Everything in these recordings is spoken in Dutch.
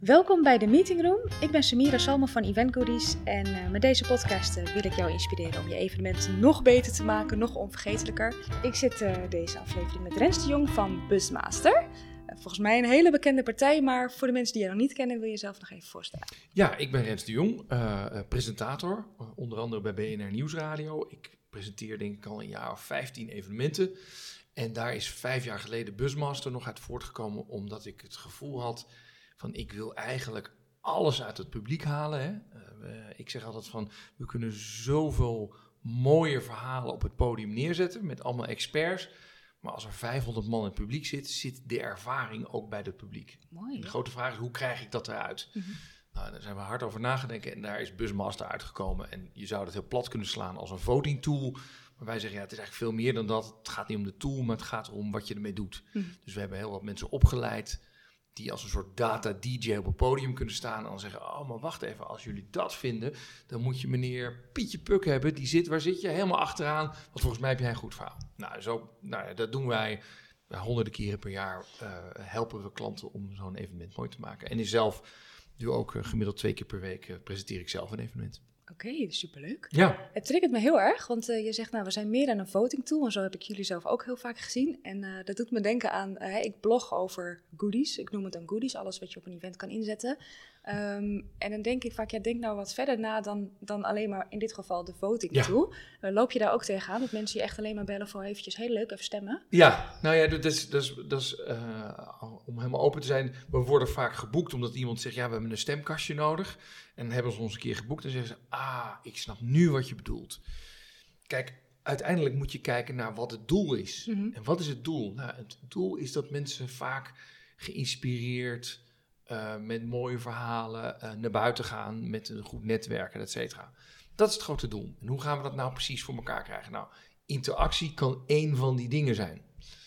Welkom bij de Meeting Room. Ik ben Samira Salma van Event Goodies en met deze podcast wil ik jou inspireren om je evenement nog beter te maken, nog onvergetelijker. Ik zit deze aflevering met Rens de Jong van Buzzmaster. Volgens mij een hele bekende partij, maar voor de mensen die je nog niet kennen wil je jezelf nog even voorstellen. Ja, ik ben Rens de Jong, presentator, onder andere bij BNR Nieuwsradio. Ik presenteer denk ik al een jaar of 15 evenementen. En daar is 5 jaar geleden Buzzmaster nog uit voortgekomen, omdat ik het gevoel had van ik wil eigenlijk alles uit het publiek halen. Hè. Ik zeg altijd van we kunnen zoveel mooie verhalen op het podium neerzetten met allemaal experts. Maar als er 500 man in het publiek zit de ervaring ook bij het publiek. Mooi. De grote vraag is, hoe krijg ik dat eruit? Mm-hmm. Nou, daar zijn we hard over nagedacht en daar is Buzzmaster uitgekomen. En je zou dat heel plat kunnen slaan als een voting tool. Maar wij zeggen, ja, het is eigenlijk veel meer dan dat. Het gaat niet om de tool, maar het gaat erom wat je ermee doet. Mm-hmm. Dus we hebben heel wat mensen opgeleid die als een soort data-dj op het podium kunnen staan en dan zeggen, oh, maar wacht even, als jullie dat vinden, dan moet je meneer Pietje Puk hebben, waar zit je? Helemaal achteraan, want volgens mij heb jij een goed verhaal. Nou, dat doen wij honderden keren per jaar, helpen we klanten om zo'n evenement mooi te maken. En zelf doe ook gemiddeld 2 keer per week, presenteer ik zelf een evenement. Oké, superleuk. Ja. Het triggert me heel erg, want je zegt, we zijn meer dan een voting tool. En zo heb ik jullie zelf ook heel vaak gezien. En dat doet me denken aan, ik blog over goodies. Ik noem het dan goodies, alles wat je op een event kan inzetten. En dan denk ik vaak, denk nou wat verder na dan alleen maar in dit geval de voting tool. Loop je daar ook tegenaan, dat mensen je echt alleen maar bellen voor eventjes heel leuk, even stemmen? Ja, nou ja, dat is om helemaal open te zijn. We worden vaak geboekt omdat iemand zegt, ja, we hebben een stemkastje nodig. En dan hebben ze ons een keer geboekt en zeggen ze, ik snap nu wat je bedoelt. Kijk, uiteindelijk moet je kijken naar wat het doel is. Mm-hmm. En wat is het doel? Nou, het doel is dat mensen vaak geïnspireerd, met mooie verhalen naar buiten gaan, met een goed netwerk en et cetera. Dat is het grote doel. En hoe gaan we dat nou precies voor elkaar krijgen? Nou, interactie kan 1 van die dingen zijn.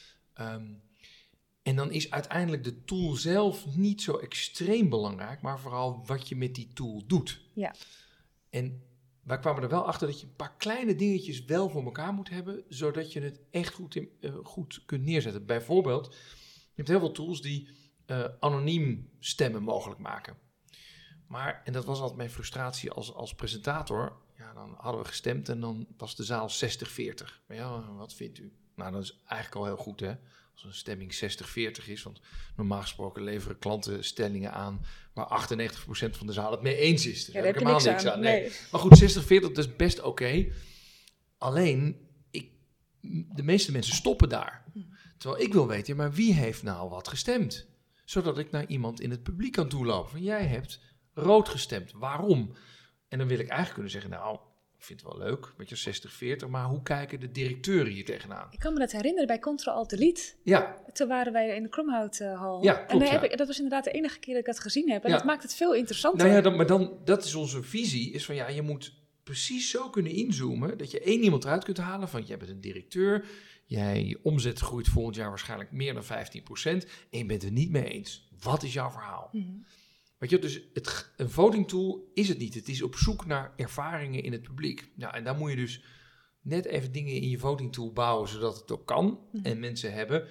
En dan is uiteindelijk de tool zelf niet zo extreem belangrijk, maar vooral wat je met die tool doet. Ja. En wij kwamen er wel achter dat je een paar kleine dingetjes wel voor elkaar moet hebben, zodat je het echt goed kunt neerzetten. Bijvoorbeeld, je hebt heel veel tools die anoniem stemmen mogelijk maken. Maar, en dat was altijd mijn frustratie als presentator, dan hadden we gestemd en dan was de zaal 60-40. Maar ja, wat vindt u? Nou, dat is eigenlijk al heel goed, hè? Als een stemming 60-40 is, want normaal gesproken leveren klanten stellingen aan waar 98% van de zaal het mee eens is. Dus daar heb je helemaal niks aan. Nee. Maar goed, 60-40, dat is best oké. Alleen, de meeste mensen stoppen daar. Terwijl ik wil weten, maar wie heeft nou wat gestemd? Zodat ik naar iemand in het publiek kan toelopen. Van, jij hebt rood gestemd. Waarom? En dan wil ik eigenlijk kunnen zeggen, nou, ik vind het wel leuk, een beetje 60-40, maar hoe kijken de directeuren hier tegenaan? Ik kan me dat herinneren bij Ctrl-Alt-Delete. Ja. Toen waren wij in de Kromhouthal. Ja, klopt, en dat was inderdaad de enige keer dat ik dat gezien heb. En dat maakt het veel interessanter. Nou ja, dat is onze visie, is van je moet precies zo kunnen inzoomen dat je 1 iemand eruit kunt halen van, jij bent een directeur, je omzet groeit volgend jaar waarschijnlijk meer dan 15% en je bent het niet mee eens. Wat is jouw verhaal? Mm-hmm. Weet je, dus een voting tool is het niet. Het is op zoek naar ervaringen in het publiek. Nou, en daar moet je dus net even dingen in je voting tool bouwen, zodat het ook kan. Mm-hmm. En mensen hebben,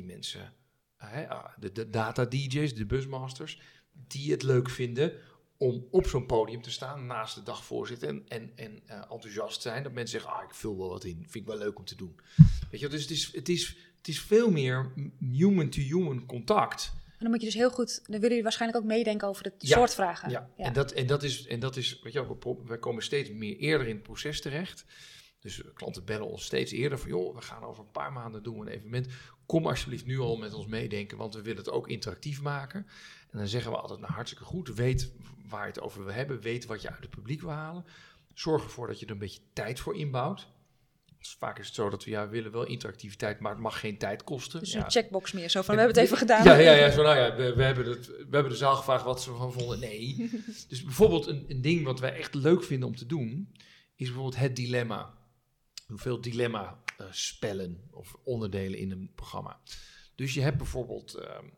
de data DJ's, de Buzzmasters, die het leuk vinden om op zo'n podium te staan naast de dagvoorzitter en enthousiast zijn. Dat mensen zeggen, ik vul wel wat in, vind ik wel leuk om te doen. Weet je, dus het is veel meer human-to-human contact. En dan moet je dus heel goed, dan willen jullie waarschijnlijk ook meedenken over de soort vragen. Ja. En dat is, weet je, wij komen steeds meer eerder in het proces terecht. Dus klanten bellen ons steeds eerder van, we gaan over een paar maanden doen een evenement. Kom alsjeblieft nu al met ons meedenken, want we willen het ook interactief maken. En dan zeggen we altijd, hartstikke goed, weet waar je het over wil hebben, weet wat je uit het publiek wil halen. Zorg ervoor dat je er een beetje tijd voor inbouwt. Dus vaak is het zo dat we willen wel interactiviteit, maar het mag geen tijd kosten. Dus een checkbox meer, zo van we hebben het even gedaan. We hebben de zaal gevraagd wat ze ervan vonden. Nee. Dus bijvoorbeeld een ding wat wij echt leuk vinden om te doen, is bijvoorbeeld het dilemma. Hoeveel dilemma spellen of onderdelen in een programma. Dus je hebt bijvoorbeeld,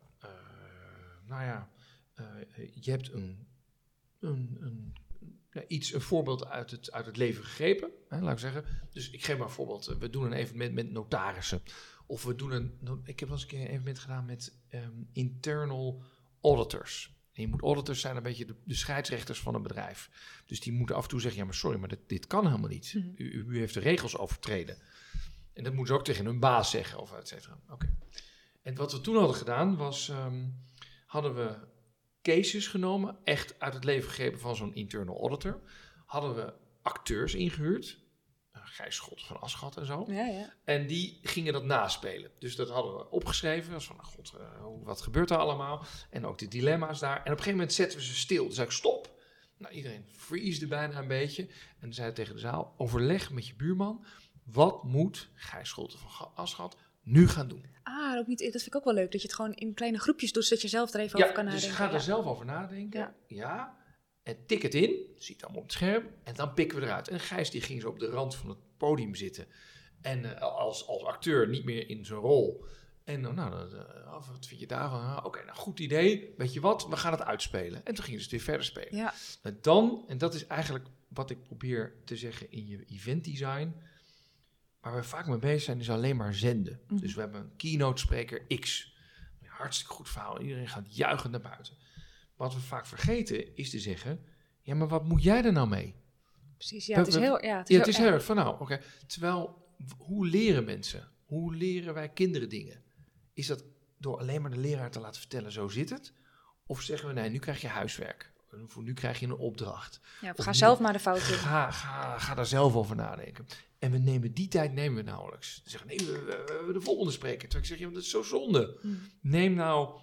je hebt een voorbeeld uit het leven gegrepen, laat ik zeggen. Dus ik geef maar een voorbeeld. We doen een evenement met notarissen. Of ik heb wel eens een keer een evenement gedaan met internal auditors. En auditors zijn een beetje de scheidsrechters van een bedrijf. Dus die moeten af en toe zeggen, ja, maar sorry, maar dit kan helemaal niet. U heeft de regels overtreden. En dat moeten ze ook tegen hun baas zeggen, of et cetera. Okay. En wat we toen hadden gedaan, was... hadden we cases genomen, echt uit het leven gegrepen van zo'n internal auditor. Hadden we acteurs ingehuurd. Gijs Schot van Aschat en zo. Ja. En die gingen dat naspelen. Dus dat hadden we opgeschreven. Dat was van, wat gebeurt er allemaal? En ook de dilemma's daar. En op een gegeven moment zetten we ze stil. Dus zei ik, stop. Nou, iedereen freeze bijna een beetje. En dan zei hij tegen de zaal, overleg met je buurman. Wat moet Gijs Schot van Aschat nu gaan doen? Dat vind ik ook wel leuk. Dat je het gewoon in kleine groepjes doet, zodat je zelf er even over kan nadenken. Dus ga er zelf over nadenken. Ja. En tik het in, ziet allemaal op het scherm, en dan pikken we eruit. En Gijs die ging zo op de rand van het podium zitten. En als acteur niet meer in zijn rol. En wat vind je daarvan? Oké, goed idee. Weet je wat, we gaan het uitspelen. En toen gingen ze het weer verder spelen. Ja. En dat is eigenlijk wat ik probeer te zeggen in je event design. Waar we vaak mee bezig zijn, is alleen maar zenden. Dus we hebben een keynote spreker X. Hartstikke goed verhaal. Iedereen gaat juichend naar buiten. Wat we vaak vergeten is te zeggen, ja, maar wat moet jij er nou mee? Precies, het is heel erg van oké. Terwijl, hoe leren mensen? Hoe leren wij kinderen dingen? Is dat door alleen maar de leraar te laten vertellen, zo zit het? Of zeggen we, nee, nu krijg je huiswerk. Nu krijg je een opdracht. Ja, ga zelf maar de fout in. Ga daar zelf over nadenken. En die tijd nemen we nauwelijks. Dan zeggen we, nee, we hebben de volgende spreker. Terwijl ik zeg, ja, dat is zo zonde. Neem nou...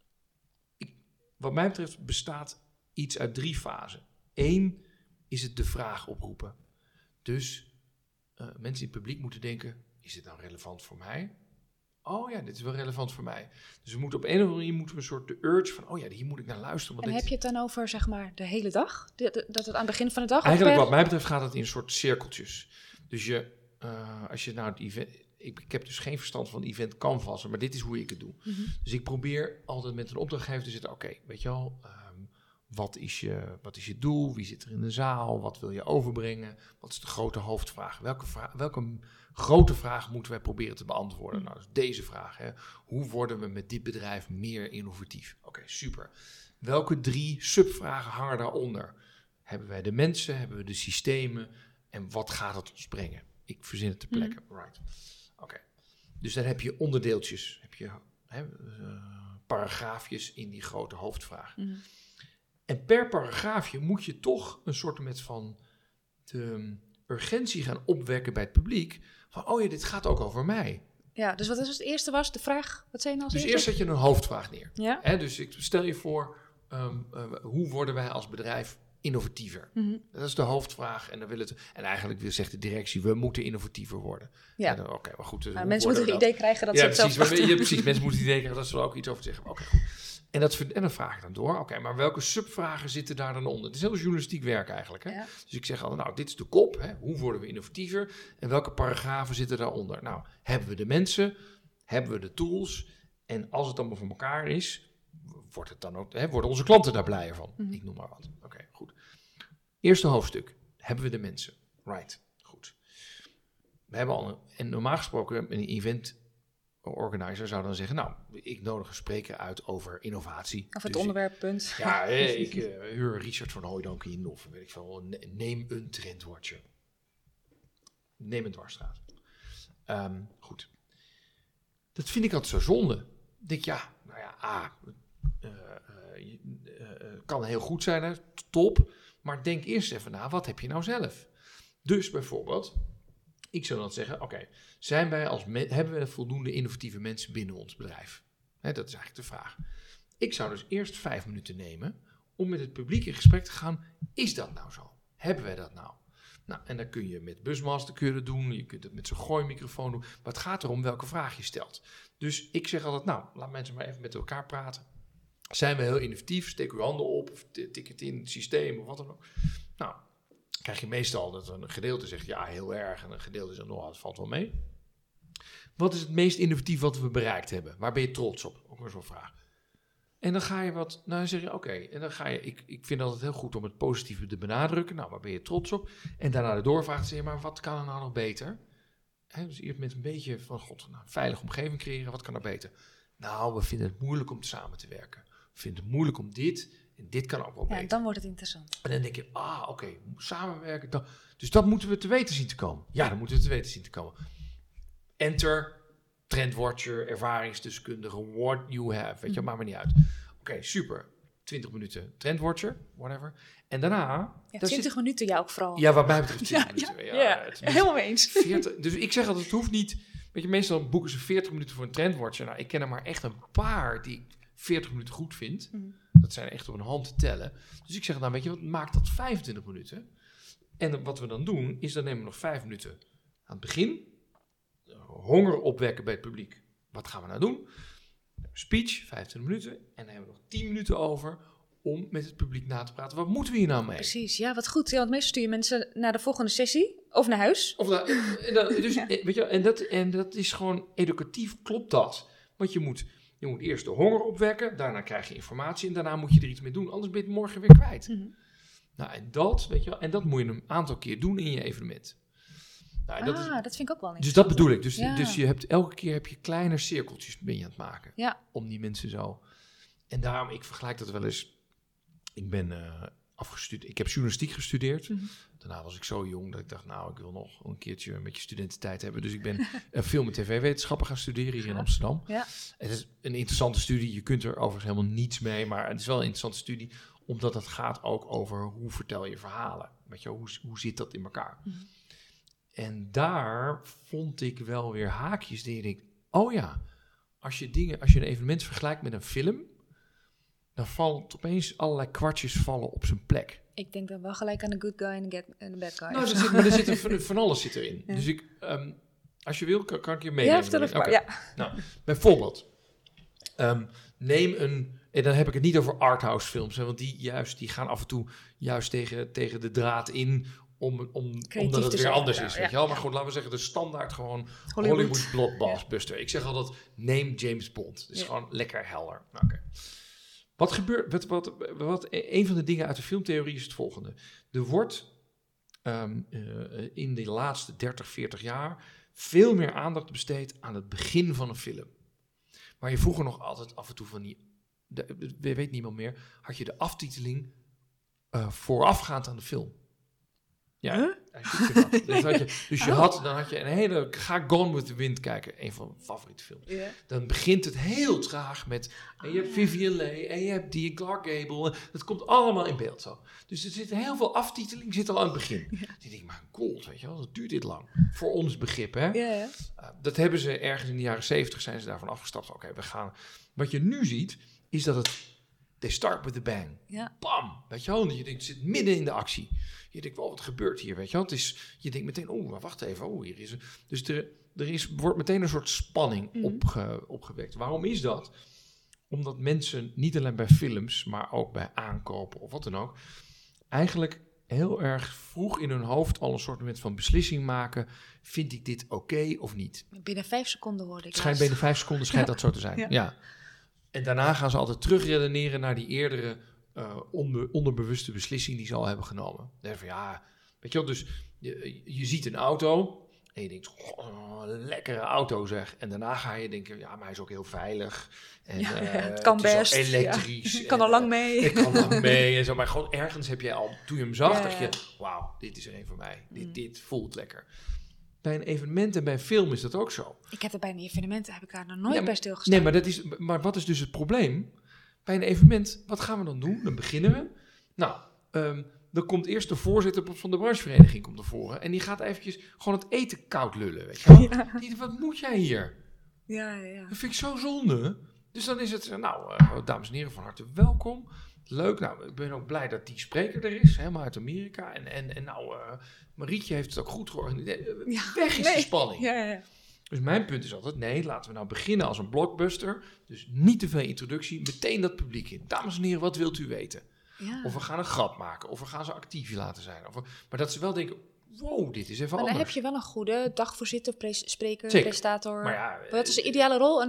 Wat mij betreft bestaat iets uit 3 fasen. 1 is het de vraag oproepen. Dus mensen in het publiek moeten denken, is dit nou relevant voor mij? Oh ja, dit is wel relevant voor mij. Dus we moeten op een of andere manier een soort de urge van, oh ja, hier moet ik naar luisteren. Want en heb je het dan over, zeg maar, de hele dag? Dat het aan het begin van de dag? Eigenlijk wat mij betreft gaat het in een soort cirkeltjes. Dus als je nou het event... Ik heb dus geen verstand van event canvassen, maar dit is hoe ik het doe. Dus ik probeer altijd met een opdrachtgever te zitten. Oké, weet je wel, wat is je doel? Wie zit er in de zaal? Wat wil je overbrengen? Wat is de grote hoofdvraag? Welke grote vraag moeten wij proberen te beantwoorden? Nou, dus deze vraag. Hè. Hoe worden we met dit bedrijf meer innovatief? Oké, super. Welke 3 subvragen hangen daaronder? Hebben wij de mensen? Hebben we de systemen? En wat gaat het ons brengen? Ik verzin het ter plekke. Right. Oké. Dus dan heb je onderdeeltjes. Heb je paragraafjes in die grote hoofdvraag. En per paragraafje moet je toch een soort van de urgentie gaan opwekken bij het publiek. Van, oh ja, dit gaat ook over mij. Ja, dus wat is het eerste was? De vraag, wat zei je nou als eerst zet je een hoofdvraag neer. Ja? Dus stel je voor, hoe worden wij als bedrijf innovatiever? Dat is de hoofdvraag. En eigenlijk zegt de directie, we moeten innovatiever worden. Ja. Oké, maar goed. Mensen moeten een idee krijgen dat ze het zelf precies, mensen moeten het idee krijgen dat ze er ook iets over zeggen. Oké, goed. En dan vraag ik dan door. Oké, maar welke subvragen zitten daar dan onder? Het is heel journalistiek werk eigenlijk. Hè? Ja. Dus ik zeg altijd, nou, dit is de kop. Hè? Hoe worden we innovatiever? En welke paragrafen zitten daaronder? Nou, hebben we de mensen? Hebben we de tools? En als het allemaal voor elkaar is, worden onze klanten daar blijer van? Ik noem maar wat. Oké, goed. Eerste hoofdstuk. Hebben we de mensen? Right, goed. We hebben en normaal gesproken een event organizer zou dan zeggen, nou, ik nodig een spreker uit over innovatie. Of het onderwerp, punt. Ja, ik huur Richard van Hooijdonk in, of weet ik veel, neem een trendwatcher. Neem een dwarsstraat. Goed. Dat vind ik altijd zo zonde. Ik denk, kan heel goed zijn, hè, top, maar denk eerst even na, wat heb je nou zelf? Dus bijvoorbeeld, ik zou dan zeggen, oké, hebben we voldoende innovatieve mensen binnen ons bedrijf? Dat is eigenlijk de vraag. Ik zou dus eerst 5 minuten nemen om met het publiek in gesprek te gaan. Is dat nou zo? Hebben wij dat nou? Nou, en dan kun je met Busmaster doen, je kunt het met zo'n gooimicrofoon doen. Maar het gaat erom welke vraag je stelt. Dus ik zeg altijd, nou, laat mensen maar even met elkaar praten. Zijn we heel innovatief? Steek uw handen op, of tik het in het systeem, of wat dan ook. Nou, krijg je meestal dat een gedeelte zegt, ja, heel erg. En een gedeelte zegt, nou, het valt wel mee. Wat is het meest innovatief wat we bereikt hebben? Waar ben je trots op? Ook maar zo'n vraag. En dan ga je dan zeg je, oké. En dan ga je, ik vind altijd heel goed om het positieve te benadrukken. Nou, waar ben je trots op? En daarna de doorvraag te zeggen, maar wat kan er nou nog beter? Dus eerst met een beetje van, een veilige omgeving creëren. Wat kan er beter? Nou, we vinden het moeilijk om samen te werken. We vinden het moeilijk om dit dit kan ook wel beter. Ja, dan wordt het interessant. En dan denk je, oké, samenwerken. Dus dat moeten we te weten zien te komen. Ja, dan moeten we te weten zien te komen. Enter, trendwatcher, ervaringsdeskundige, what you have. Weet je, maakt me niet uit. Oké, super. 20 minuten trendwatcher, whatever. En daarna... Ja, 20 minuten, ja, ook vooral. Ja, wat mij betreft 20 minuten. Ja, helemaal mee eens. 40, dus ik zeg altijd, het hoeft niet... Weet je, meestal boeken ze 40 minuten voor een trendwatcher. Nou, ik ken er maar echt een paar die ik 40 minuten goed vind. Dat zijn echt op een hand te tellen. Dus ik zeg, nou weet je wat, maak dat 25 minuten. En wat we dan doen, is dan nemen we nog 5 minuten aan het begin. Honger opwekken bij het publiek. Wat gaan we nou doen? Speech, 25 minuten. En dan hebben we nog 10 minuten over om met het publiek na te praten. Wat moeten we hier nou mee? Precies, ja, wat goed. Ja, want meestal stuur je mensen naar de volgende sessie of naar huis. Weet je, en dat is gewoon educatief, klopt dat. Want je moet eerst de honger opwekken, daarna krijg je informatie en daarna moet je er iets mee doen. Anders ben je het morgen weer kwijt. Nou, en dat moet je een aantal keer doen in je evenement. Nou, dat vind ik ook wel interessant. Dus dat bedoel ik. Dus je hebt elke keer kleine cirkeltjes ben je aan het maken. Ja. Om die mensen zo. En daarom, ik vergelijk dat wel eens. Ik ben afgestudeerd. Ik heb journalistiek gestudeerd. Daarna was ik zo jong dat ik dacht, nou, ik wil nog een keertje een beetje studententijd hebben. Dus ik ben film- en tv-wetenschappen gaan studeren hier in Amsterdam. Ja. Het is een interessante studie. Je kunt er overigens helemaal niets mee, maar het is wel een interessante studie. Omdat het gaat ook over hoe vertel je verhalen. Weet je, hoe zit dat in elkaar? En daar vond ik wel weer haakjes die je denkt, oh ja, als je een evenement vergelijkt met een film, dan valt opeens allerlei kwartjes vallen op zijn plek. Ik denk dan wel gelijk aan de good guy en de bad guy. Nou, er zit van alles zit erin. Ja. Dus als je wil, kan ik je meenemen. Ja. Nou, bijvoorbeeld, neem een... En dan heb ik het niet over arthouse films, hè, want die gaan af en toe juist tegen de draad in, omdat het weer anders is. Weet je wel? Maar goed, laten we zeggen, de standaard gewoon Hollywood blockbuster. Ja. Ik zeg altijd, neem James Bond. Het is gewoon lekker helder. Okay. Wat gebeurt? Een van de dingen uit de filmtheorie is het volgende. Er wordt in de laatste 30, 40 jaar veel meer aandacht besteed aan het begin van een film. Waar je vroeger nog altijd af en toe van weet niemand meer, had je de aftiteling voorafgaand aan de film. Ja, dan had je een hele... Ga Gone with the Wind kijken, een van mijn favoriete films. Yeah. Dan begint het heel traag met... En je hebt Vivien Leigh, en je hebt die Clark Gable. Dat komt allemaal in beeld zo. Dus er zit heel veel aftiteling zit al aan het begin. Yeah. Dan denk ik, maar god, weet je wel, dat duurt dit lang. Voor ons begrip, hè. Yeah. Dat hebben ze ergens in de jaren 70 zijn ze daarvan afgestapt. Oké, we gaan... Wat je nu ziet, is dat het... They start with a bang. Ja. Bam! Weet je wel, je denkt, het zit midden in de actie. Je denkt, wel, wat gebeurt hier, weet je wel? Je denkt meteen, maar wacht even, hier is er... Dus wordt meteen een soort spanning opgewekt. Waarom is dat? Omdat mensen, niet alleen bij films, maar ook bij aankopen of wat dan ook, eigenlijk heel erg vroeg in hun hoofd al een soort van beslissing maken. Vind ik dit oké of niet? Binnen 5 seconden hoorde ik het. Binnen 5 seconden schijnt dat zo te zijn, ja. En daarna gaan ze altijd terugredeneren naar die eerdere onderbewuste beslissing die ze al hebben genomen. Van, ja, weet je wel, dus je ziet een auto en je denkt, lekkere auto zeg. En daarna ga je denken, ja, maar hij is ook heel veilig. En, het kan best. Elektrisch. Ik kan er lang mee. Ik kan lang mee en zo. Maar gewoon ergens heb je al, toen je hem zag, dacht je, wauw, dit is er een voor mij. Dit voelt lekker. Bij een evenement en bij een film is dat ook zo. Ik heb er bij een evenement, heb ik daar nog nooit bij stilgestaan. Nee, maar wat is dus het probleem? Bij een evenement, wat gaan we dan doen? Dan beginnen we. Nou, dan komt eerst de voorzitter van de branchevereniging komt naar voren. En die gaat eventjes gewoon het eten koud lullen, weet je wel. Ja. Wat moet jij hier? Ja. Dat vind ik zo zonde. Dus dan is het, dames en heren, van harte welkom. Leuk, nou, ik ben ook blij dat die spreker er is, helemaal uit Amerika. En Marietje heeft het ook goed georganiseerd. Weg is de spanning. Ja. Dus mijn punt is altijd, nee, laten we nou beginnen als een blockbuster. Dus niet te veel introductie, meteen dat publiek in. Dames en heren, wat wilt u weten? Ja. Of we gaan een grap maken, of we gaan ze actief laten zijn. Maar dat ze wel denken, wow, dit is even anders. Dan heb je wel een goede dagvoorzitter, spreker, zeker. presentator. Maar ja, wat is de ideale rol?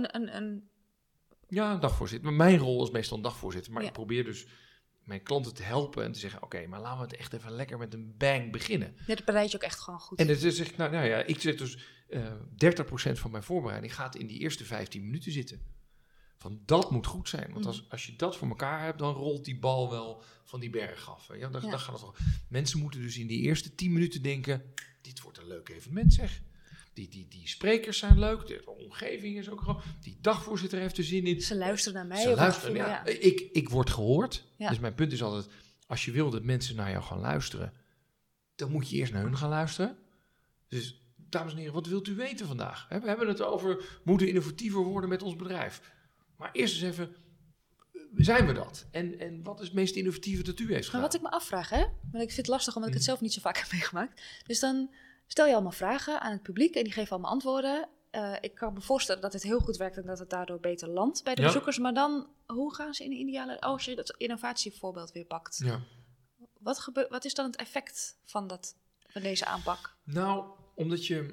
Ja, een dagvoorzitter. Maar mijn rol is meestal een dagvoorzitter. Maar ik probeer dus mijn klanten te helpen en te zeggen, oké, maar laten we het echt even lekker met een bang beginnen. Ja, dat bereid je ook echt gewoon goed. En dan zeg ik, ik zeg dus 30% van mijn voorbereiding gaat in die eerste 15 minuten zitten. Van dat moet goed zijn. Want als je dat voor elkaar hebt, dan rolt die bal wel van die berg af. Ja, dan gaat het wel. Mensen moeten dus in die eerste 10 minuten denken, dit wordt een leuk evenement zeg. Die sprekers zijn leuk, de omgeving is ook gewoon. Die dagvoorzitter heeft er zin in. Ze luisteren naar mij. Ze luisteren, ik word gehoord. Ja. Dus mijn punt is altijd, als je wil dat mensen naar jou gaan luisteren, dan moet je eerst naar hun gaan luisteren. Dus, dames en heren, wat wilt u weten vandaag? We hebben het over, moeten innovatiever worden met ons bedrijf. Maar eerst eens even, zijn we dat? En wat is het meest innovatieve dat u heeft gedaan? Maar wat ik me afvraag, want ik vind het lastig omdat ik het zelf niet zo vaak heb meegemaakt. Dus dan stel je allemaal vragen aan het publiek en die geven allemaal antwoorden. Ik kan me voorstellen dat het heel goed werkt en dat het daardoor beter landt bij de bezoekers. Maar dan, hoe gaan ze in de ideale... als je dat innovatievoorbeeld weer pakt. Ja. Wat is dan het effect van deze aanpak? Nou, omdat je...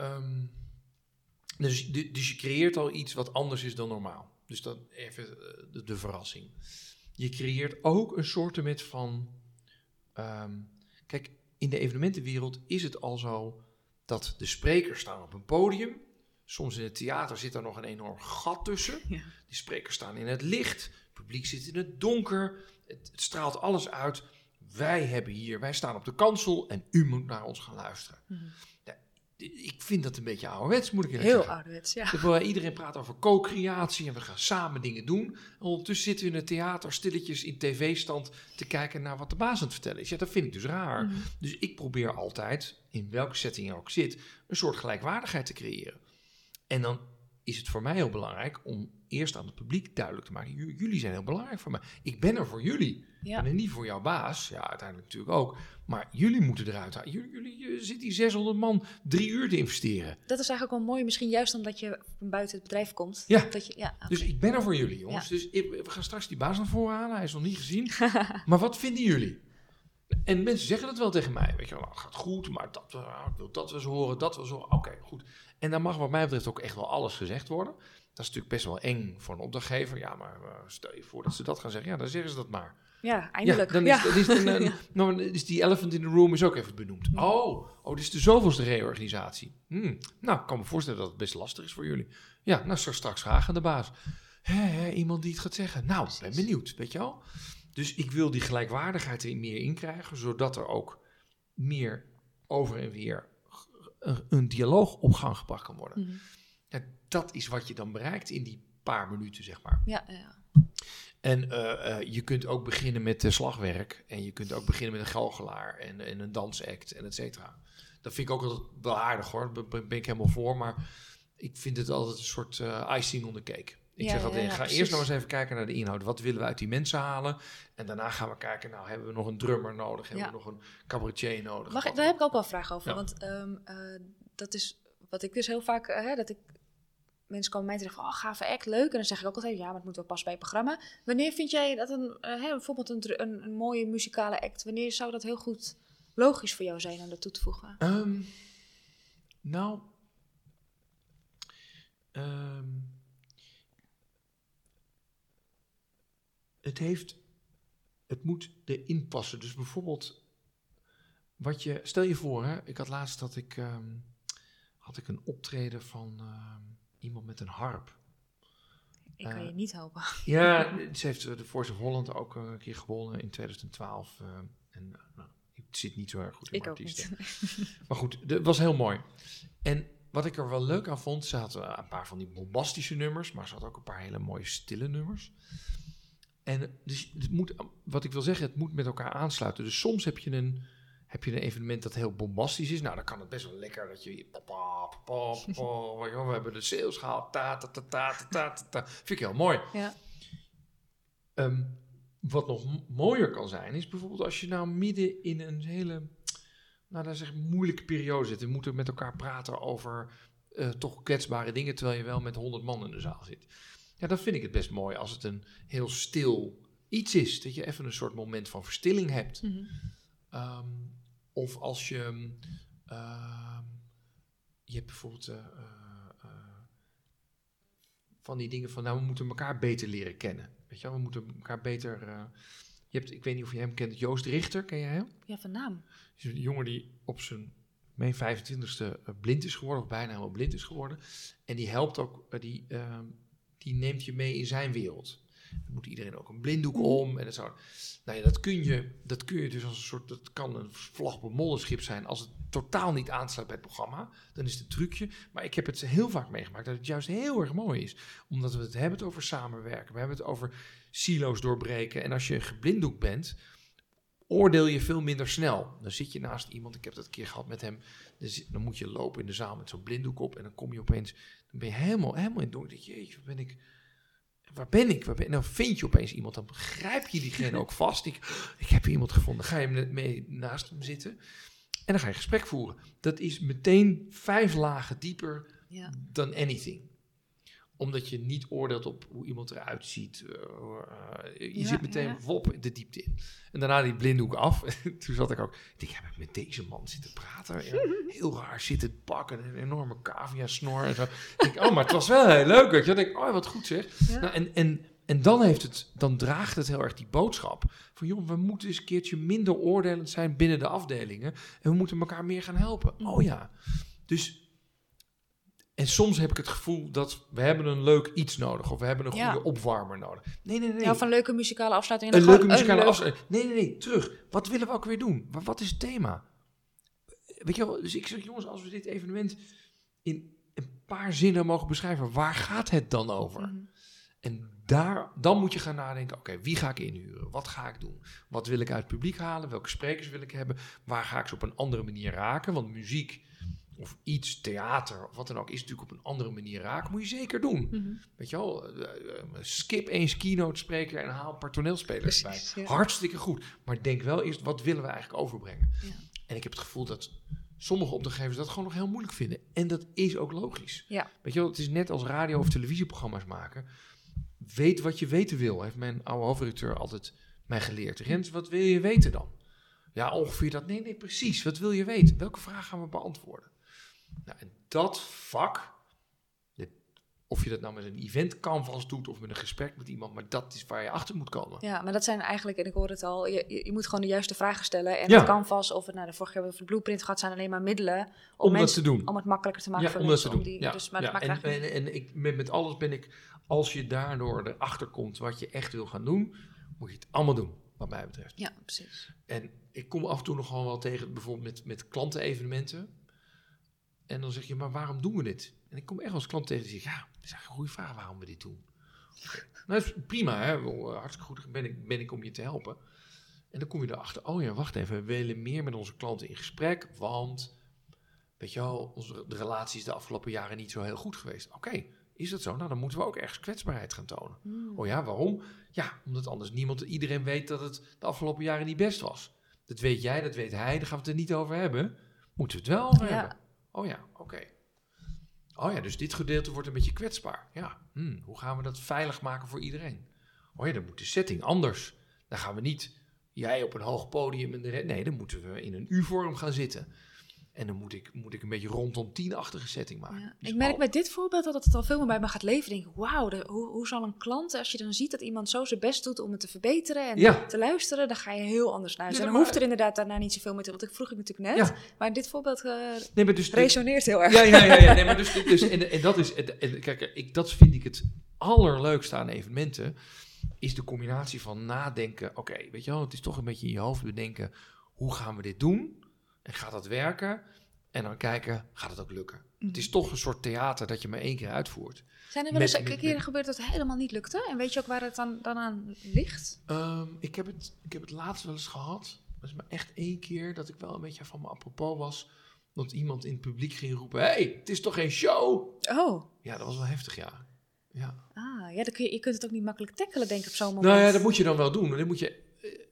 Dus je creëert al iets wat anders is dan normaal. Dus dat even de verrassing. Je creëert ook een soortement van... kijk, in de evenementenwereld is het al zo dat de sprekers staan op een podium. Soms in het theater zit er nog een enorm gat tussen. Ja. Die sprekers staan in het licht. Het publiek zit in het donker. Het straalt alles uit. Wij staan op de kansel en u moet naar ons gaan luisteren. Mm-hmm. Ja, ik vind dat een beetje ouderwets, moet ik eerlijk zeggen. Heel ouderwets, ja. Iedereen praat over co-creatie en we gaan samen dingen doen. En ondertussen zitten we in het theater stilletjes in tv-stand te kijken naar wat de baas aan het vertellen is. Ja, dat vind ik dus raar. Mm-hmm. Dus ik probeer altijd, in welke setting je ook zit, een soort gelijkwaardigheid te creëren. En dan is het voor mij heel belangrijk om eerst aan het publiek duidelijk te maken. Jullie zijn heel belangrijk voor mij. Ik ben er voor jullie. Ja. Ik ben er niet voor jouw baas. Ja, uiteindelijk natuurlijk ook. Maar jullie moeten eruit halen. Jullie zitten die 600 man 3 uur te investeren. Dat is eigenlijk wel mooi. Misschien juist omdat je buiten het bedrijf komt. Ja, okay. Dus ik ben er voor jullie, jongens. Ja. Dus we gaan straks die baas naar voren halen. Hij is nog niet gezien. Maar wat vinden jullie? En mensen zeggen het wel tegen mij. Weet je wel, het gaat goed, maar ik wil dat wel eens horen, dat wel eens horen. Oké, goed. En dan mag wat mij betreft ook echt wel alles gezegd worden. Dat is natuurlijk best wel eng voor een opdrachtgever. Ja, maar stel je voor dat ze dat gaan zeggen. Ja, dan zeggen ze dat maar. Ja, eindelijk. Ja, dan is die elephant in the room is ook even benoemd. Ja. Oh, dit is de zoveelste reorganisatie. Nou, ik kan me voorstellen dat het best lastig is voor jullie. Ja, nou, straks graag aan de baas. Iemand die het gaat zeggen. Nou, ik ben benieuwd, weet je wel. Dus ik wil die gelijkwaardigheid er meer in krijgen, zodat er ook meer over en weer een dialoog op gang gebracht kan worden. Mm-hmm. Ja, dat is wat je dan bereikt in die paar minuten, zeg maar. Ja. En je kunt ook beginnen met slagwerk en je kunt ook beginnen met een galgelaar en een dansact en et cetera. Dat vind ik ook altijd wel aardig hoor, daar ben ik helemaal voor, maar ik vind het altijd een soort icing on the cake. Ik zeg altijd, ga eerst nog eens even kijken naar de inhoud. Wat willen we uit die mensen halen? En daarna gaan we kijken, nou, hebben we nog een drummer nodig? Hebben we nog een cabaretier nodig? Daar heb ik ook wel een vraag over. Ja. Want dat is wat ik dus heel vaak... mensen komen mij te zeggen van, gave act, leuk. En dan zeg ik ook altijd, ja, maar het moet wel passen bij het programma. Wanneer vind jij dat bijvoorbeeld een mooie muzikale act... wanneer zou dat heel goed logisch voor jou zijn om dat toe te voegen? Het moet erin passen. Dus bijvoorbeeld, stel je voor, ik had laatst had ik een optreden van iemand met een harp. Ik kan je niet helpen. Ja, ze heeft de Voice of Holland ook een keer gewonnen in 2012. Ik zit niet zo erg goed in artiesten. Maar goed, het was heel mooi. En wat ik er wel leuk aan vond, ze had een paar van die bombastische nummers, maar ze had ook een paar hele mooie stille nummers. En dus wat ik wil zeggen, het moet met elkaar aansluiten. Dus soms heb je een evenement dat heel bombastisch is. Nou, dan kan het best wel lekker dat je... we hebben de sales gehaald. Vind ik heel mooi. Ja. Wat nog mooier kan zijn, is bijvoorbeeld als je nou midden in een hele... Nou, dat is echt een moeilijke periode zit. We moeten met elkaar praten over toch kwetsbare dingen, terwijl je wel met 100 man in de zaal zit. Ja, dan vind ik het best mooi als het een heel stil iets is. Dat je even een soort moment van verstilling hebt. Mm-hmm. Of als je... je hebt bijvoorbeeld van die dingen van... Nou, we moeten elkaar beter leren kennen. Weet je wel? We moeten elkaar beter... ik weet niet of je hem kent, Joost Richter. Ken jij hem? Ja, van naam. Is een jongen die op zijn 25e blind is geworden. Of bijna helemaal blind is geworden. En die helpt ook... die neemt je mee in zijn wereld. Dan moet iedereen ook een blinddoek om. En dat kun je dus als een soort, dat kan een vlag op een mollenschip zijn. Als het totaal niet aansluit bij het programma, dan is het een trucje. Maar ik heb het heel vaak meegemaakt dat het juist heel erg mooi is. Omdat we het hebben over samenwerken. We hebben het over silo's doorbreken. En als je geblinddoekt bent, oordeel je veel minder snel. Dan zit je naast iemand, ik heb dat een keer gehad met hem. Dan moet je lopen in de zaal met zo'n blinddoek op. En dan kom je opeens, dan ben je helemaal in het donker. Jeetje, waar ben ik? En dan vind je opeens iemand, dan grijp je diegene ook vast. Ik heb hier iemand gevonden. Ga je mee naast hem zitten en dan ga je gesprek voeren. Dat is meteen 5 lagen dieper dan anything. Omdat je niet oordeelt op hoe iemand eruit ziet. Je zit meteen de diepte in. En daarna die blinddoek af. Toen zat ik ook, ik denk, heb ik met deze man zitten praten? Heel raar zitten pakken, een enorme cavia-snor en zo. Ik denk, maar het was wel heel leuk. Weet je. Dan denk ik, wat goed zeg. Ja. Nou, en dan draagt het heel erg die boodschap. Van joh, we moeten eens een keertje minder oordelend zijn binnen de afdelingen. En we moeten elkaar meer gaan helpen. Oh ja. Dus... En soms heb ik het gevoel dat we hebben een leuk iets nodig. Of we hebben een goede opwarmer nodig. Nee. Ja, of een leuke muzikale afsluiting. Een leuke muzikale afsluiting. Nee, terug. Wat willen we ook weer doen? Wat is het thema? Weet je wel, dus ik zeg, jongens, als we dit evenement in een paar zinnen mogen beschrijven, waar gaat het dan over? Mm-hmm. En dan moet je gaan nadenken, oké, wie ga ik inhuren? Wat ga ik doen? Wat wil ik uit het publiek halen? Welke sprekers wil ik hebben? Waar ga ik ze op een andere manier raken? Want muziek... of iets, theater, of wat dan ook, is natuurlijk op een andere manier raken. Moet je zeker doen. Mm-hmm. Weet je wel, skip eens keynote spreker en haal een paar toneelspelers bij. Ja. Hartstikke goed. Maar denk wel eerst, wat willen we eigenlijk overbrengen? Ja. En ik heb het gevoel dat sommige opdrachtgevers dat gewoon nog heel moeilijk vinden. En dat is ook logisch. Ja. Weet je wel, het is net als radio- of televisieprogramma's maken. Weet wat je weten wil, heeft mijn oude hoofdredacteur altijd mij geleerd. Rens, wat wil je weten dan? Ja, ongeveer dat. Nee, precies. Wat wil je weten? Welke vraag gaan we beantwoorden? Nou, en dat vak, of je dat nou met een event canvas doet of met een gesprek met iemand, maar dat is waar je achter moet komen. Ja, maar dat zijn eigenlijk, en ik hoor het al, je moet gewoon de juiste vragen stellen. En het canvas of de vorige keer de blueprint gaat, zijn alleen maar middelen om mensen, dat te doen. Om het makkelijker te maken voor mensen. Om die, dus, maar met alles ben ik, als je daardoor erachter komt wat je echt wil gaan doen, moet je het allemaal doen, wat mij betreft. Ja, precies. En ik kom af en toe nog gewoon wel tegen, bijvoorbeeld met klantenevenementen. En dan zeg je, maar waarom doen we dit? En ik kom echt als klant tegen die zegt, ja, dat is eigenlijk een goede vraag waarom we dit doen. Okay. Nou, dat is prima, hè? Hartstikke goed ben ik om je te helpen. En dan kom je erachter, oh ja, wacht even, we willen meer met onze klanten in gesprek, want, weet je wel, de relatie is de afgelopen jaren niet zo heel goed geweest. Oké, is dat zo? Nou, dan moeten we ook ergens kwetsbaarheid gaan tonen. Oh ja, waarom? Ja, omdat anders iedereen weet dat het de afgelopen jaren niet best was. Dat weet jij, dat weet hij, daar gaan we het er niet over hebben. Moeten we het wel over hebben? Oh ja, oké. Oh ja, dus dit gedeelte wordt een beetje kwetsbaar. Ja, hoe gaan we dat veilig maken voor iedereen? Oh ja, dan moet de setting anders. Dan gaan we niet jij op een hoog podium. Nee, dan moeten we in een U-vorm gaan zitten. En dan moet ik een beetje rondom 10-achtige setting maken. Ja, ik merk bij dit voorbeeld dat het al veel meer bij me gaat leven. Denk ik, wauw, hoe zal een klant, als je dan ziet dat iemand zo zijn best doet om het te verbeteren en te luisteren, dan ga je heel anders luisteren. En dan hoeft er inderdaad daarna niet zoveel mee te, want ik vroeg natuurlijk net. Ja. Maar dit voorbeeld resoneert heel erg. Ja. Nee, maar en dat is, kijk, dat vind ik het allerleukste aan evenementen, is de combinatie van nadenken. Oké, weet je wel, het is toch een beetje in je hoofd bedenken, hoe gaan we dit doen? En gaat dat werken? En dan kijken, gaat het ook lukken? Mm-hmm. Het is toch een soort theater dat je maar 1 keer uitvoert. Zijn er wel eens een keer gebeurd dat het helemaal niet lukte? En weet je ook waar het dan aan ligt? Ik heb het laatst wel eens gehad. Dat is maar echt 1 keer dat ik wel een beetje van me apropos was. Dat iemand in het publiek ging roepen, hey, het is toch geen show? Oh. Ja, dat was wel heftig, ja. Ah, ja, je kunt het ook niet makkelijk tackelen, denk ik, op zo'n moment. Nou ja, dat moet je dan wel doen. Dan moet je...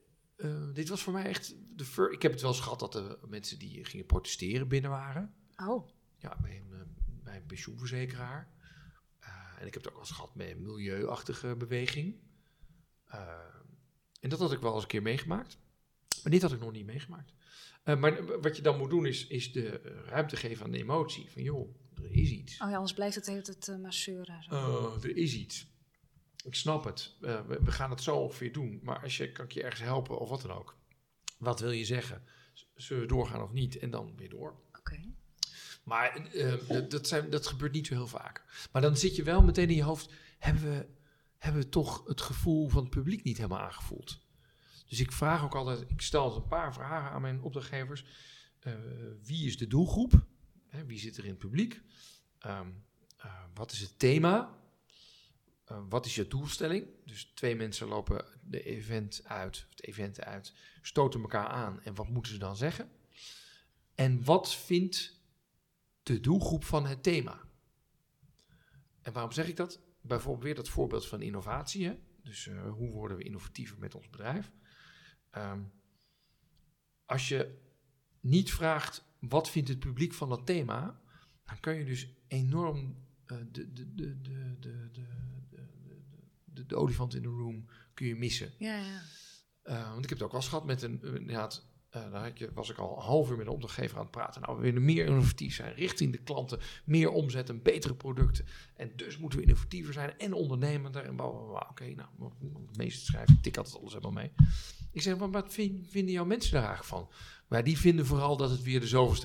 dit was voor mij echt ik heb het wel eens gehad dat er mensen die gingen protesteren binnen waren. Oh. Ja, bij een pensioenverzekeraar. En ik heb het ook wel eens gehad met een milieuachtige beweging. En dat had ik wel eens een keer meegemaakt. Maar dit had ik nog niet meegemaakt. Maar wat je dan moet doen is de ruimte geven aan de emotie. Van joh, er is iets. Oh ja, anders blijft het de hele tijd maar zeuren. Er is iets. Ik snap het. We gaan het zo ongeveer doen. Maar kan ik je ergens helpen of wat dan ook. Wat wil je zeggen? Zullen we doorgaan of niet? En dan weer door. Okay. Maar dat gebeurt niet zo heel vaak. Maar dan zit je wel meteen in je hoofd, hebben we toch het gevoel van het publiek niet helemaal aangevoeld. Dus ik vraag ook altijd, ik stel een paar vragen aan mijn opdrachtgevers. Wie is de doelgroep? Wie zit er in het publiek? Wat is het thema? Wat is je doelstelling? Dus 2 mensen lopen het event uit, stoten elkaar aan. En wat moeten ze dan zeggen? En wat vindt de doelgroep van het thema? En waarom zeg ik dat? Bijvoorbeeld weer dat voorbeeld van innovatie. Hè? Dus hoe worden we innovatiever met ons bedrijf? Als je niet vraagt, wat vindt het publiek van dat thema? Dan kun je dus enorm de olifant in de room kun je missen. Ja. Want ik heb het ook wel eens gehad met daar was ik al een half uur met de opdrachtgever aan het praten. Nou, we willen meer innovatief zijn richting de klanten, meer omzetten, betere producten. En dus moeten we innovatiever zijn en ondernemender. En oké, nou, het meeste schrijven, ik tik altijd alles helemaal mee. Ik zeg, maar wat vinden jouw mensen daar eigenlijk van? Maar die vinden vooral dat het weer de zoveelste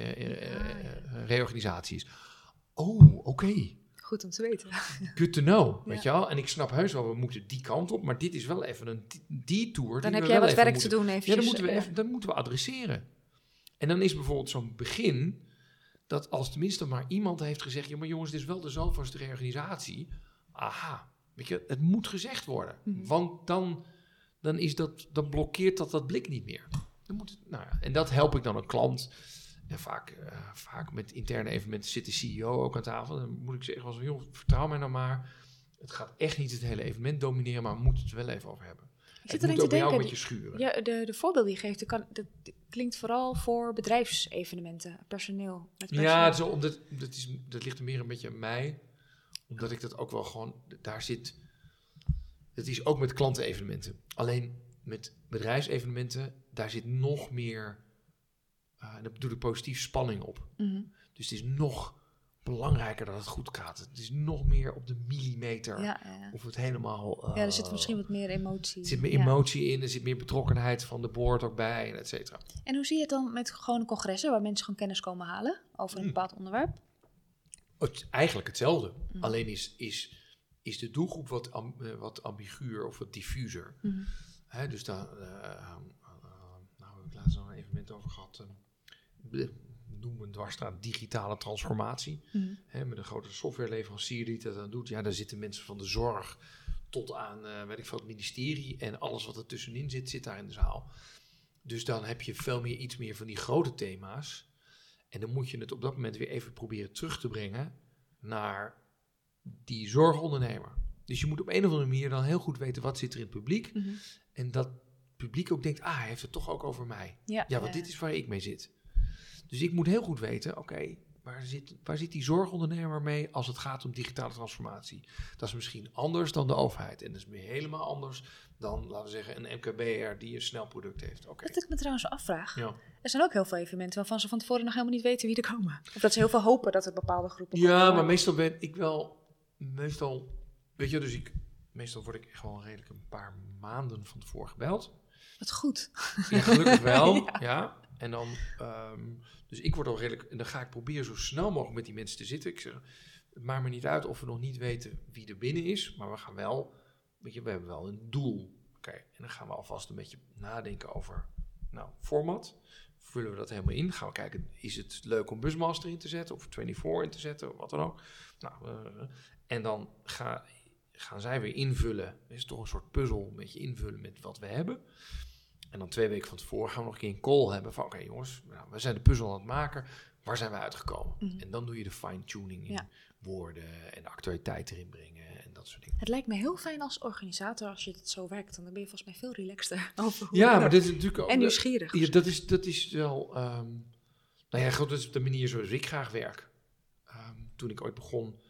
reorganisatie is. Oh, oké. Goed om te weten. Good to know, weet je wel. En ik snap heus wel, we moeten die kant op. Maar dit is wel even een detour. Dan heb jij wat werk te doen eventjes. Ja, dat moeten we adresseren. En dan is bijvoorbeeld zo'n begin, dat als tenminste maar iemand heeft gezegd, ja, maar jongens, dit is wel de zoveelste reorganisatie. Aha, weet je, het moet gezegd worden. Mm-hmm. Want dan is dan blokkeert dat blik niet meer. En dat help ik dan een klant. En vaak met interne evenementen zit de CEO ook aan tafel. Dan moet ik zeggen, joh, vertrouw mij nou maar. Het gaat echt niet het hele evenement domineren, maar we moeten het er wel even over hebben. Ik zit erin te denken, met je schuren. Ja, de voorbeelden die je geeft, dat klinkt vooral voor bedrijfsevenementen, personeel. Ja, dat ligt er meer een beetje aan mij. Omdat ik dat ook wel gewoon, daar zit. Het is ook met klantenevenementen. Alleen met bedrijfsevenementen, daar zit nog meer. En daar bedoel ik positief spanning op. Mm-hmm. Dus het is nog belangrijker dat het goed gaat. Het is nog meer op de millimeter. Ja. Of het helemaal. Er zit misschien wat meer emotie. Er zit meer emotie in. Er zit meer betrokkenheid van de board ook bij. Et cetera. En hoe zie je het dan met gewone congressen, waar mensen gewoon kennis komen halen over een bepaald onderwerp? Eigenlijk hetzelfde. Mm. Alleen is de doelgroep wat ambiguur of wat diffuser. Mm. Dus daar heb ik laatst nog een evenement over gehad. Noem een dwarsstraat digitale transformatie. Mm. Met een grote softwareleverancier die dat dan doet. Ja, daar zitten mensen van de zorg tot aan het ministerie. En alles wat er tussenin zit daar in de zaal. Dus dan heb je veel meer iets meer van die grote thema's. En dan moet je het op dat moment weer even proberen terug te brengen naar die zorgondernemer. Dus je moet op een of andere manier dan heel goed weten wat zit er in het publiek. Mm-hmm. En dat publiek ook denkt, hij heeft het toch ook over mij. Want dit is waar ik mee zit. Dus ik moet heel goed weten, oké, waar zit die zorgondernemer mee als het gaat om digitale transformatie? Dat is misschien anders dan de overheid. En dat is weer helemaal anders dan, laten we zeggen, een MKB'er die een snel product heeft. Okay. Wat ik me trouwens afvraag. Ja. Er zijn ook heel veel evenementen waarvan ze van tevoren nog helemaal niet weten wie er komen. Of dat ze heel veel hopen dat er bepaalde groepen komen. Ja, maar meestal ben ik wel, weet je, dus meestal word ik echt wel redelijk een paar maanden van tevoren gebeld. Wat goed. Ja, gelukkig wel, ja. En dan, dus ik word al redelijk, en dan ga ik proberen zo snel mogelijk met die mensen te zitten. Ik zeg, het maakt me niet uit of we nog niet weten wie er binnen is, maar we gaan wel, weet je, we hebben wel een doel. Oké, en dan gaan we alvast een beetje nadenken over, format. Vullen we dat helemaal in? Gaan we kijken, is het leuk om Busmaster in te zetten of 24 in te zetten, of wat dan ook. En dan gaan zij weer invullen. Het is toch een soort puzzel, een beetje invullen met wat we hebben. En dan 2 weken van tevoren gaan we nog een keer een call hebben van, oké jongens, we zijn de puzzel aan het maken. Waar zijn we uitgekomen? Mm-hmm. En dan doe je de fine-tuning in woorden en de actualiteit erin brengen en dat soort dingen. Het lijkt me heel fijn als organisator als je het zo werkt. Dan ben je volgens mij veel relaxter over maar dit is natuurlijk ook... En nieuwsgierig. Ja, dat is wel... dat is de manier zoals ik graag werk. Toen ik ooit begon,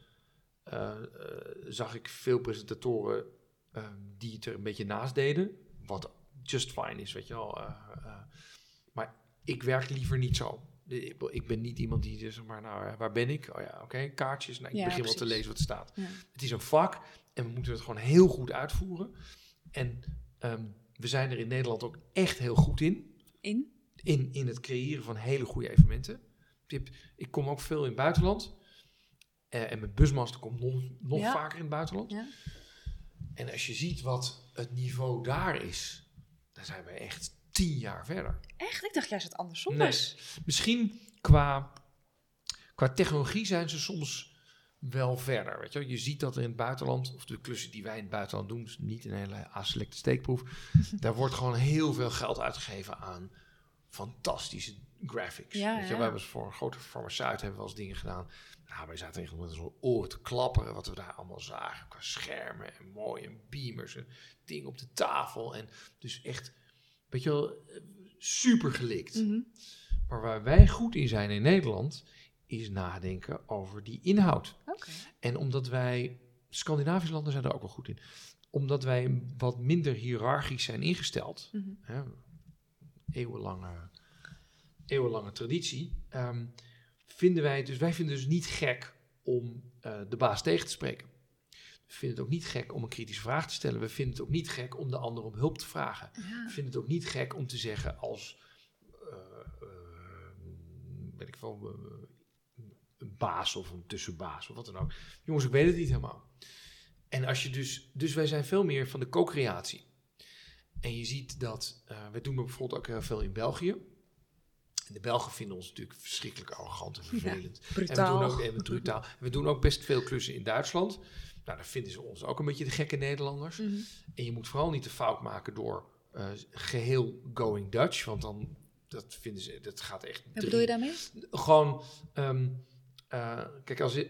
zag ik veel presentatoren die het er een beetje naast deden. Wat just fine is, weet je wel. Maar ik werk liever niet zo. Ik ben niet iemand die zeg maar, waar ben ik? Oh ja, oké, kaartjes. Ik begin wel te lezen wat er staat. Ja. Het is een vak en we moeten het gewoon heel goed uitvoeren. En we zijn er in Nederland ook echt heel goed in. In het creëren van hele goede evenementen. Ik kom ook veel in het buitenland. En mijn busmaster komt nog vaker in het buitenland. Ja. En als je ziet wat het niveau daar is, dan zijn we echt 10 jaar verder. Echt? Ik dacht juist het andersom was. Misschien qua technologie zijn ze soms wel verder. Weet je? Je ziet dat er in het buitenland, of de klussen die wij in het buitenland doen, dus niet een hele aselecte steekproef, daar wordt gewoon heel veel geld uitgegeven aan fantastische graphics. Weet je? We hebben voor een grote farmaceut hebben we wel eens dingen gedaan. Nou, wij zaten echt met zo'n oor te klapperen wat we daar allemaal zagen. Qua schermen en mooi en beamers en dingen op de tafel. En dus echt, weet je wel, super gelikt. Mm-hmm. Maar waar wij goed in zijn in Nederland is nadenken over die inhoud. Okay. En omdat wij, Scandinavische landen zijn er ook wel goed in, omdat wij wat minder hiërarchisch zijn ingesteld, eeuwenlange traditie, vinden wij dus niet gek om de baas tegen te spreken. We vinden het ook niet gek om een kritische vraag te stellen. We vinden het ook niet gek om de ander om hulp te vragen. Ja. We vinden het ook niet gek om te zeggen als een baas of een tussenbaas of wat dan ook. Jongens, ik weet het niet helemaal. En als je dus wij zijn veel meer van de co-creatie. En je ziet dat, wij doen bijvoorbeeld ook heel veel in België. En de Belgen vinden ons natuurlijk verschrikkelijk arrogant en vervelend. Ja, brutaal. Brutaal. We doen ook best veel klussen in Duitsland. Nou, dan vinden ze ons ook een beetje de gekke Nederlanders. Mm-hmm. En je moet vooral niet de fout maken door geheel going Dutch. Want dan, dat vinden ze, dat gaat echt... Wat bedoel je daarmee? Gewoon, kijk, als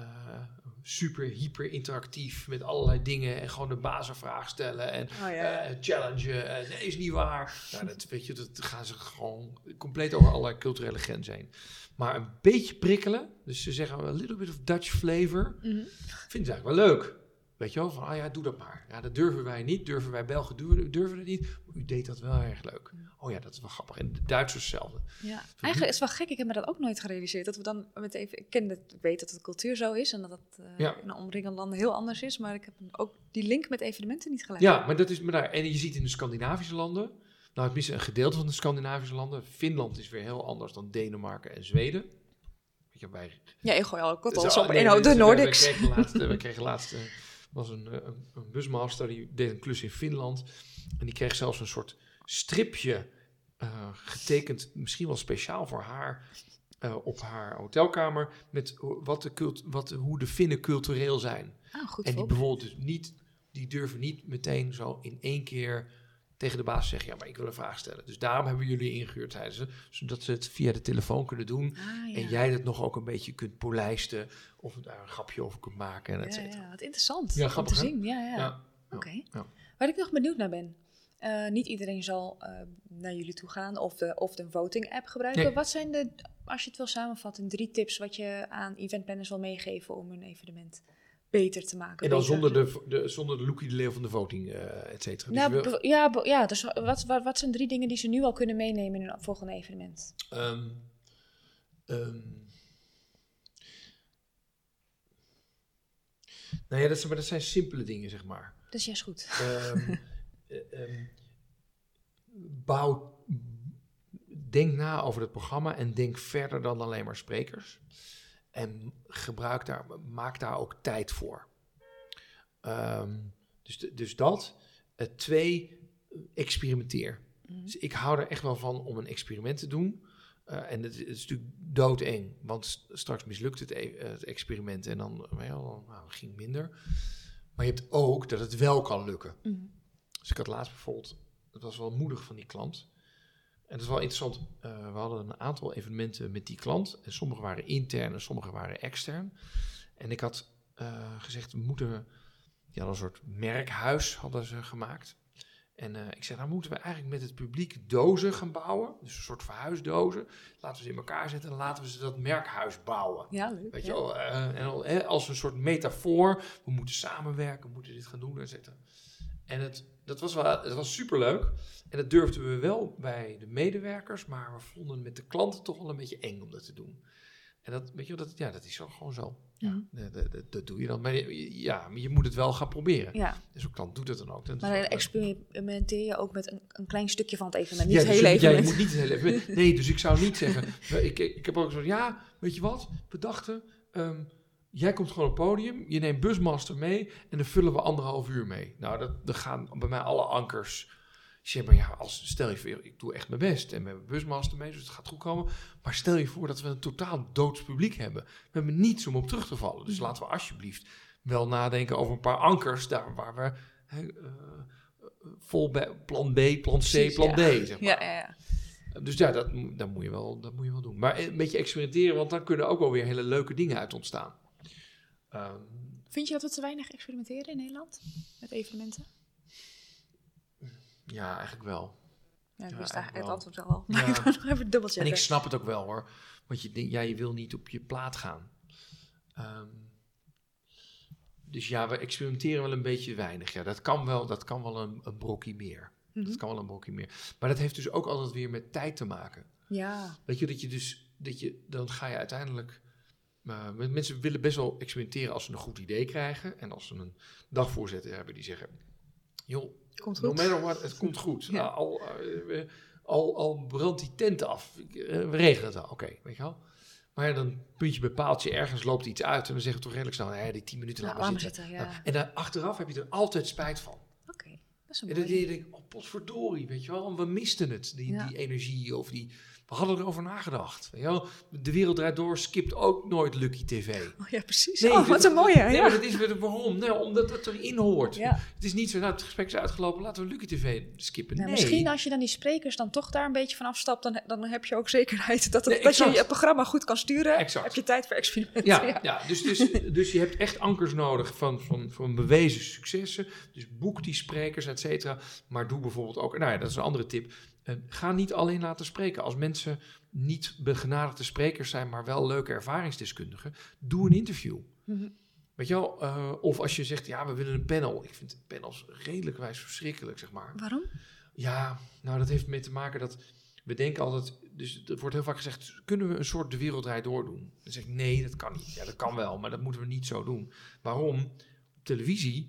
super hyper interactief met allerlei dingen en gewoon de basisvraag stellen en challengen. Nee, is niet waar. Nou, dat gaan ze gewoon compleet over allerlei culturele grenzen heen. Maar een beetje prikkelen, dus ze zeggen a little bit of Dutch flavor, vinden ze eigenlijk wel leuk. Weet je wel, van doe dat maar. Ja, dat durven wij niet, durven wij Belgen durven het niet. Maar u deed dat wel erg leuk. Oh ja, dat is wel grappig. En de Duitsers hetzelfde. Ja, eigenlijk is het wel gek, ik heb me dat ook nooit gerealiseerd. Dat we dan ik weet dat het cultuur zo is en dat het in de omringende landen heel anders is. Maar ik heb ook die link met evenementen niet gelegd. Ja, maar dat is daar. En je ziet in de Scandinavische landen, nou tenminste een gedeelte van de Scandinavische landen. Finland is weer heel anders dan Denemarken en Zweden. Weet je, ik gooi al kottels op de Nordics. We kregen laatst was een busmaster, die deed een klus in Finland. En die kreeg zelfs een soort stripje getekend, misschien wel speciaal voor haar, op haar hotelkamer, met hoe de Finnen cultureel zijn. Goed en die bijvoorbeeld dus niet, die durven niet meteen zo in één keer tegen de baas zeggen, ja, maar ik wil een vraag stellen. Dus daarom hebben we jullie ingehuurd, zeiden ze, zodat ze het via de telefoon kunnen doen. En jij dat nog ook een beetje kunt polijsten, of daar een grapje over kunt maken, en et cetera. Ja, wat interessant grappig, om te zien. Ja. Oké. Ja. Waar ik nog benieuwd naar ben, niet iedereen zal naar jullie toe gaan of de voting app gebruiken. Nee. Wat zijn als je het wil samenvatten, 3 tips wat je aan eventplanners wil meegeven om hun evenement beter te maken? En dan zonder de Loekie de Leeuw van de voting, et cetera. Dus dus wat zijn 3 dingen die ze nu al kunnen meenemen in hun volgende evenement? Nou ja, dat zijn simpele dingen, zeg maar. Dat is juist goed. Denk na over het programma en denk verder dan alleen maar sprekers. En maak daar ook tijd voor. Dus dat. 2, experimenteer. Dus ik hou er echt wel van om een experiment te doen. En het is natuurlijk doodeng, want straks mislukt het experiment en dan ging minder. Maar je hebt ook dat het wel kan lukken. Mm. Dus ik had laatst bijvoorbeeld, dat was wel moedig van die klant. En dat is wel interessant, we hadden een aantal evenementen met die klant. En sommige waren intern en sommige waren extern. En ik had gezegd, die hadden een soort merkhuis hadden ze gemaakt. En ik zei, nou moeten we eigenlijk met het publiek dozen gaan bouwen. Dus een soort verhuisdozen. Laten we ze in elkaar zetten en laten we ze dat merkhuis bouwen. Ja, leuk. Weet je wel? En als een soort metafoor. We moeten samenwerken, we moeten dit gaan doen, et cetera. En dat was superleuk. En dat durfden we wel bij de medewerkers. Maar we vonden met de klanten toch wel een beetje eng om dat te doen. En dat, weet je, dat is gewoon zo. Ja, dat doe je dan. Maar je moet het wel gaan proberen. Ja. Dus zo'n klant doet het dan ook. Maar dan experimenteer je ook met een klein stukje van het evenement. Niet het hele evenement. Ja, je moet niet het hele evenement. Nee, dus ik zou niet zeggen... Ik heb ook zo weet je wat? We dachten... jij komt gewoon op het podium, je neemt Busmaster mee... en dan vullen we 1,5 uur mee. Nou, dan gaan bij mij alle ankers... Zeg maar, stel je voor, ik doe echt mijn best. En we hebben Busmaster mee, dus het gaat goed komen. Maar stel je voor dat we een totaal doods publiek hebben. We hebben niets om op terug te vallen. Dus laten we alsjeblieft wel nadenken over een paar ankers... daar waar we vol plan B, plan C, plan D, zeg maar. Ja. Dus dat moet je wel doen. Maar een beetje experimenteren, want dan kunnen ook wel weer hele leuke dingen uit ontstaan. Vind je dat we te weinig experimenteren in Nederland met evenementen? Ja, eigenlijk wel. Ja, ik wist eigenlijk het antwoord wel. Maar ik wil nog even dubbelchecken. En ik snap het ook wel hoor. Want je wil niet op je plaat gaan. Dus we experimenteren wel een beetje weinig. Ja, dat kan wel een brokje meer. Mm-hmm. Dat kan wel een brokje meer. Maar dat heeft dus ook altijd weer met tijd te maken. Ja. Weet je, dan ga je uiteindelijk... mensen willen best wel experimenteren als ze een goed idee krijgen. En als ze een dagvoorzitter hebben die zeggen... joh, no matter what, het komt goed. Ja. Al brandt die tent af. We regelen het wel. Oké, weet je wel. Maar dan puntje bij paaltje, ergens loopt iets uit. En dan zeggen we toch redelijk snel, die 10 minuten laten we zitten. Ja. En dan achteraf heb je er altijd spijt van. Oké, dat is een en dan denk ik, potverdorie, weet je wel. We misten het, die energie of die... We hadden erover nagedacht. Weet je wel? De Wereld Draait Door skipt ook nooit Lucky TV. Oh ja, precies. Nee, wat een mooie. Nee, maar dat is waarom? Nee, omdat het erin hoort. Ja. Het is niet zo, het gesprek is uitgelopen, laten we Lucky TV skippen. Nee. Misschien als je dan die sprekers dan toch daar een beetje van afstapt, dan heb je ook zekerheid dat je je programma goed kan sturen. Exact. Heb je tijd voor experimenten. Ja. Dus je hebt echt ankers nodig van bewezen successen. Dus boek die sprekers, et cetera. Maar doe bijvoorbeeld ook, dat is een andere tip... ga niet alleen laten spreken. Als mensen niet begenadigde sprekers zijn, maar wel leuke ervaringsdeskundigen, doe een interview. Mm-hmm. Weet je wel? Of als je zegt, we willen een panel. Ik vind panels redelijkwijs verschrikkelijk, zeg maar. Waarom? Ja, dat heeft mee te maken dat we denken altijd... Dus er wordt heel vaak gezegd, kunnen we een soort De Wereld Draait Door doen? Dan zeg ik, nee, dat kan niet. Ja, dat kan wel, maar dat moeten we niet zo doen. Waarom? Op televisie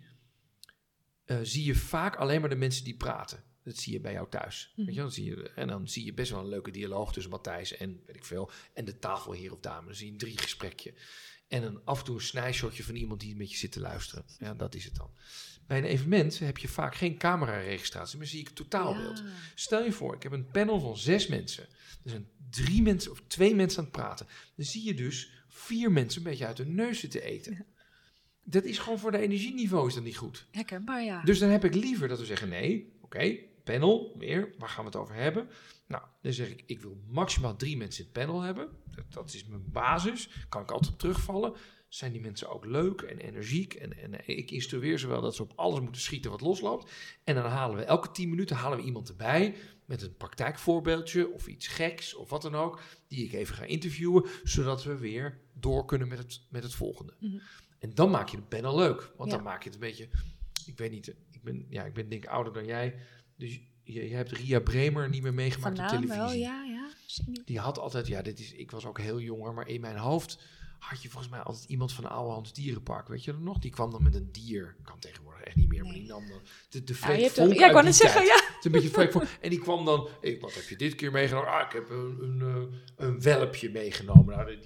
zie je vaak alleen maar de mensen die praten. Dat zie je bij jou thuis. Mm-hmm. Weet je, dan zie je best wel een leuke dialoog tussen Matthijs en weet ik veel. En de tafelheer of dame. Dan zie je een 3 gesprekje. En af en toe een snijshotje van iemand die met je zit te luisteren. Ja, dat is het dan. Bij een evenement heb je vaak geen cameraregistratie, maar zie ik het totaalbeeld. Ja. Stel je voor, ik heb een panel van 6 mensen. Er zijn 3 mensen of 2 mensen aan het praten. Dan zie je dus 4 mensen een beetje uit hun neus zitten eten. Ja. Dat is gewoon voor de energieniveau is dat niet goed. Herkenbaar, ja. Dus dan heb ik liever dat we zeggen, nee, oké, panel, meer, waar gaan we het over hebben? Nou, dan zeg ik wil maximaal 3 mensen in het panel hebben. Dat is mijn basis. Kan ik altijd op terugvallen. Zijn die mensen ook leuk en energiek? En ik instrueer ze wel dat ze op alles moeten schieten wat losloopt. En dan halen we elke 10 minuten iemand erbij met een praktijkvoorbeeldje of iets geks of wat dan ook, die ik even ga interviewen, zodat we weer door kunnen met het volgende. Mm-hmm. En dan maak je de panel leuk. Want dan maak je het een beetje... Ik weet niet, ik ben denk ik ouder dan jij. Dus je hebt Ria Bremer niet meer meegemaakt op televisie. Wel, ja. Die had altijd, ik was ook heel jonger, maar in mijn hoofd had je volgens mij altijd iemand van Ouwehands Dierenpark. Weet je dat nog? Die kwam dan met een dier. Kan tegenwoordig echt niet meer, maar die nam dan de Freek Vonk uit ik wou net zeggen, ja. Het is een beetje Freek Vonk. En die kwam dan, wat heb je dit keer meegenomen? Ik heb een welpje meegenomen. Nou,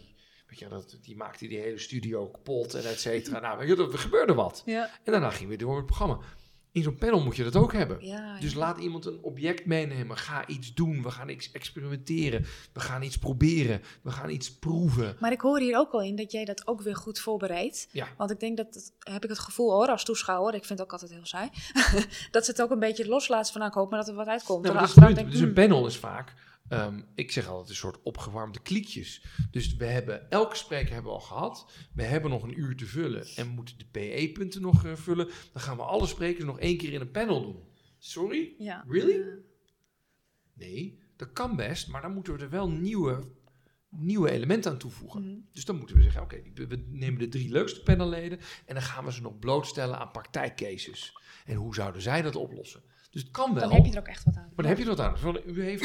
die maakte die hele studio kapot en et cetera. Er gebeurde wat. Ja. En daarna ging weer door het programma. In zo'n panel moet je dat ook hebben. Dus laat iemand een object meenemen. Ga iets doen. We gaan iets experimenteren. We gaan iets proberen. We gaan iets proeven. Maar ik hoor hier ook al in dat jij dat ook weer goed voorbereidt. Ja. Want ik denk heb ik het gevoel hoor, als toeschouwer. Ik vind het ook altijd heel saai. dat ze het ook een beetje loslaten van ik hoop maar dat er wat uitkomt. Dus een panel is vaak... ik zeg altijd een soort opgewarmde kliekjes. Dus elke spreker hebben we al gehad. We hebben nog een uur te vullen en we moeten de PE-punten nog vullen. Dan gaan we alle sprekers nog 1 keer in een panel doen. Sorry? Ja. Really? Nee, dat kan best, maar dan moeten we er wel nieuwe elementen aan toevoegen. Mm-hmm. Dus dan moeten we zeggen, we nemen de 3 leukste panelleden en dan gaan we ze nog blootstellen aan praktijkcases. En hoe zouden zij dat oplossen? Dus het kan wel. Dan heb je er ook echt wat aan. Maar dan heb je er wat aan. U heeft,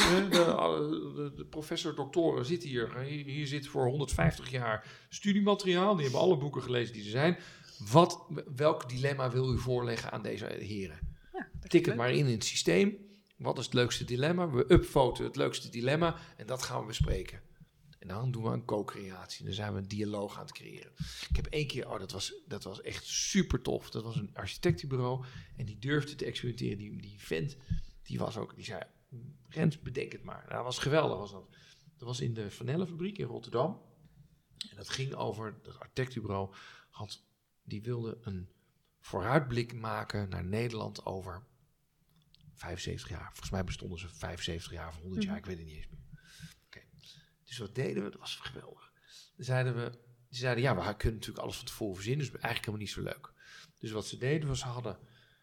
de professor, doctoren zit hier. Hier zit voor 150 jaar studiemateriaal. Die hebben alle boeken gelezen die er zijn. Welk dilemma wil u voorleggen aan deze heren? Ja, tik het maar in het systeem. Wat is het leukste dilemma? We upvoten het leukste dilemma en dat gaan we bespreken. En dan doen we een co-creatie. Dan zijn we een dialoog aan het creëren. Ik heb 1 keer, dat was echt super tof. Dat was een architectenbureau en die durfde te experimenteren. Die vent, die zei, Rens, bedenk het maar. Nou, dat was geweldig. Dat was in de Vanellenfabriek in Rotterdam. En dat ging over, dat architectenbureau die wilde een vooruitblik maken naar Nederland over 75 jaar. Volgens mij bestonden ze 75 jaar of 100 jaar, ik weet het niet eens meer. Dus wat deden we? Dat was geweldig. Dan zeiden we, ja, we kunnen natuurlijk alles van tevoren verzinnen, dus eigenlijk helemaal niet zo leuk. Dus wat ze deden was, ze hadden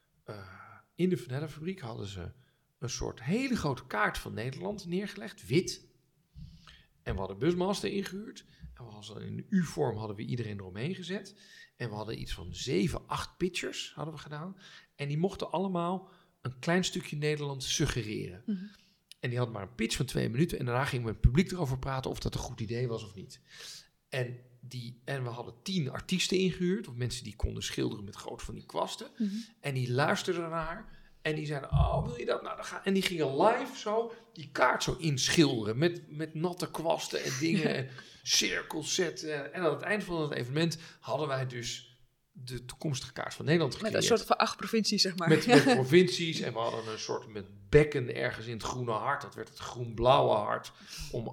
in de Vanellenfabriek hadden ze een soort hele grote kaart van Nederland neergelegd, wit. En we hadden busmaster ingehuurd. En we hadden in de U-vorm hadden we iedereen eromheen gezet. En we hadden iets van 7, 8 pitchers hadden we gedaan. En die mochten allemaal een klein stukje Nederland suggereren. Mm-hmm. En die hadden maar een pitch van 2 minuten. En daarna gingen we met het publiek erover praten of dat een goed idee was of niet. En we hadden 10 artiesten ingehuurd. Of mensen die konden schilderen met groot van die kwasten. Mm-hmm. En die luisterden naar. En die zeiden, wil je dat? Nou, dan gaan. En die gingen live zo die kaart zo inschilderen. Met natte kwasten en dingen. En cirkels zetten. En aan het eind van het evenement hadden wij dus de toekomstige kaart van Nederland gecreëerd. Met een soort van 8 provincies, zeg maar. Met provincies. En we hadden een soort met bekken ergens in het groene hart. Dat werd het groen-blauwe hart. Om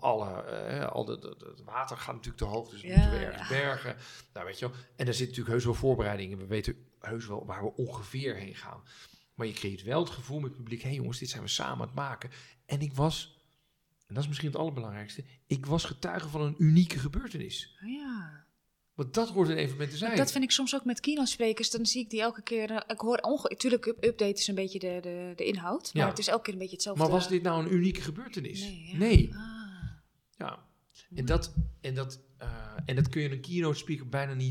het water gaat natuurlijk te hoog. Dus moeten we ergens bergen. Nou, weet je wel. En daar zit natuurlijk heus wel voorbereidingen. We weten heus wel waar we ongeveer heen gaan. Maar je creëert wel het gevoel met het publiek, hé jongens, dit zijn we samen aan het maken. En ik was, en dat is misschien het allerbelangrijkste, ik was getuige van een unieke gebeurtenis. Ja. Want dat hoort een evenement te zijn. Dat vind ik soms ook met keynote-sprekers, dan zie ik die elke keer, ik hoor natuurlijk update is een beetje de inhoud, maar het is elke keer een beetje hetzelfde. Maar was dit nou een unieke gebeurtenis? Nee. Ja. Nee. Ja. En dat kun je een keynote-speaker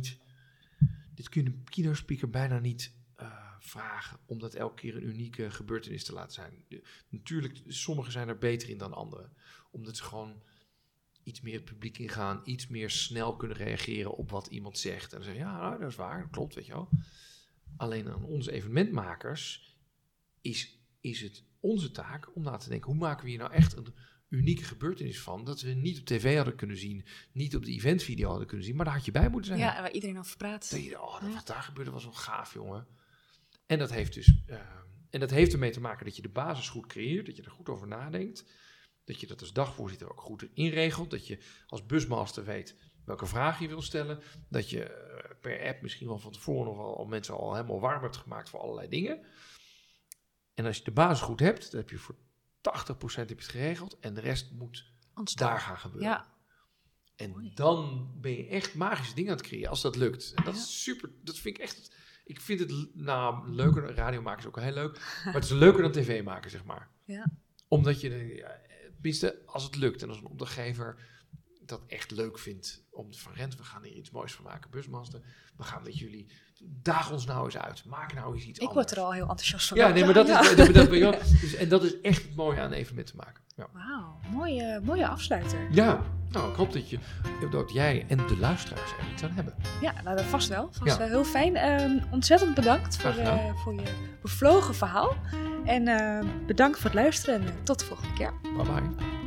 bijna niet vragen, om dat elke keer een unieke gebeurtenis te laten zijn. Natuurlijk, sommigen zijn er beter in dan anderen. Omdat ze gewoon iets meer het publiek ingaan, iets meer snel kunnen reageren op wat iemand zegt. En dan zeggen, ja, nou, dat is waar, dat klopt, weet je wel. Alleen aan onze evenementmakers is het onze taak om na te denken, hoe maken we hier nou echt een unieke gebeurtenis van, dat we niet op tv hadden kunnen zien, niet op de eventvideo hadden kunnen zien, maar daar had je bij moeten zijn. Ja, en waar iedereen over praat. Wat daar gebeurde was wel gaaf, jongen. En dat heeft dus ermee te maken dat je de basis goed creëert, dat je er goed over nadenkt, dat je dat als dagvoorzitter ook goed inregelt, dat je als busmaster weet welke vraag je wil stellen, dat je per app misschien wel van tevoren nog al mensen al helemaal warm hebt gemaakt voor allerlei dingen. En als je de basis goed hebt, dan heb je voor 80% heb je het geregeld en de rest moet daar gaan gebeuren. Ja. En mooi. Dan ben je echt magische dingen aan het creëren als dat lukt. En dat is super, dat vind ik echt. Ik vind het leuker, radio maken is ook heel leuk, maar het is leuker dan tv maken, zeg maar. Ja. Omdat je, tenminste als het lukt en als een opdrachtgever dat echt leuk vindt om van Rens, we gaan hier iets moois van maken, busmaster, we gaan met jullie, daag ons nou eens uit, maak nou eens iets anders. Ik word er al heel enthousiast van. Ja, nee, maar dat is echt het mooie aan even met te maken. Ja. Wauw, mooie afsluiter. Ja, nou, ik hoop dat jij en de luisteraars er iets aan hebben. Ja, nou, dat vast wel. Vast wel heel fijn. Ontzettend bedankt voor je bevlogen verhaal. En bedankt voor het luisteren en tot de volgende keer. Bye bye.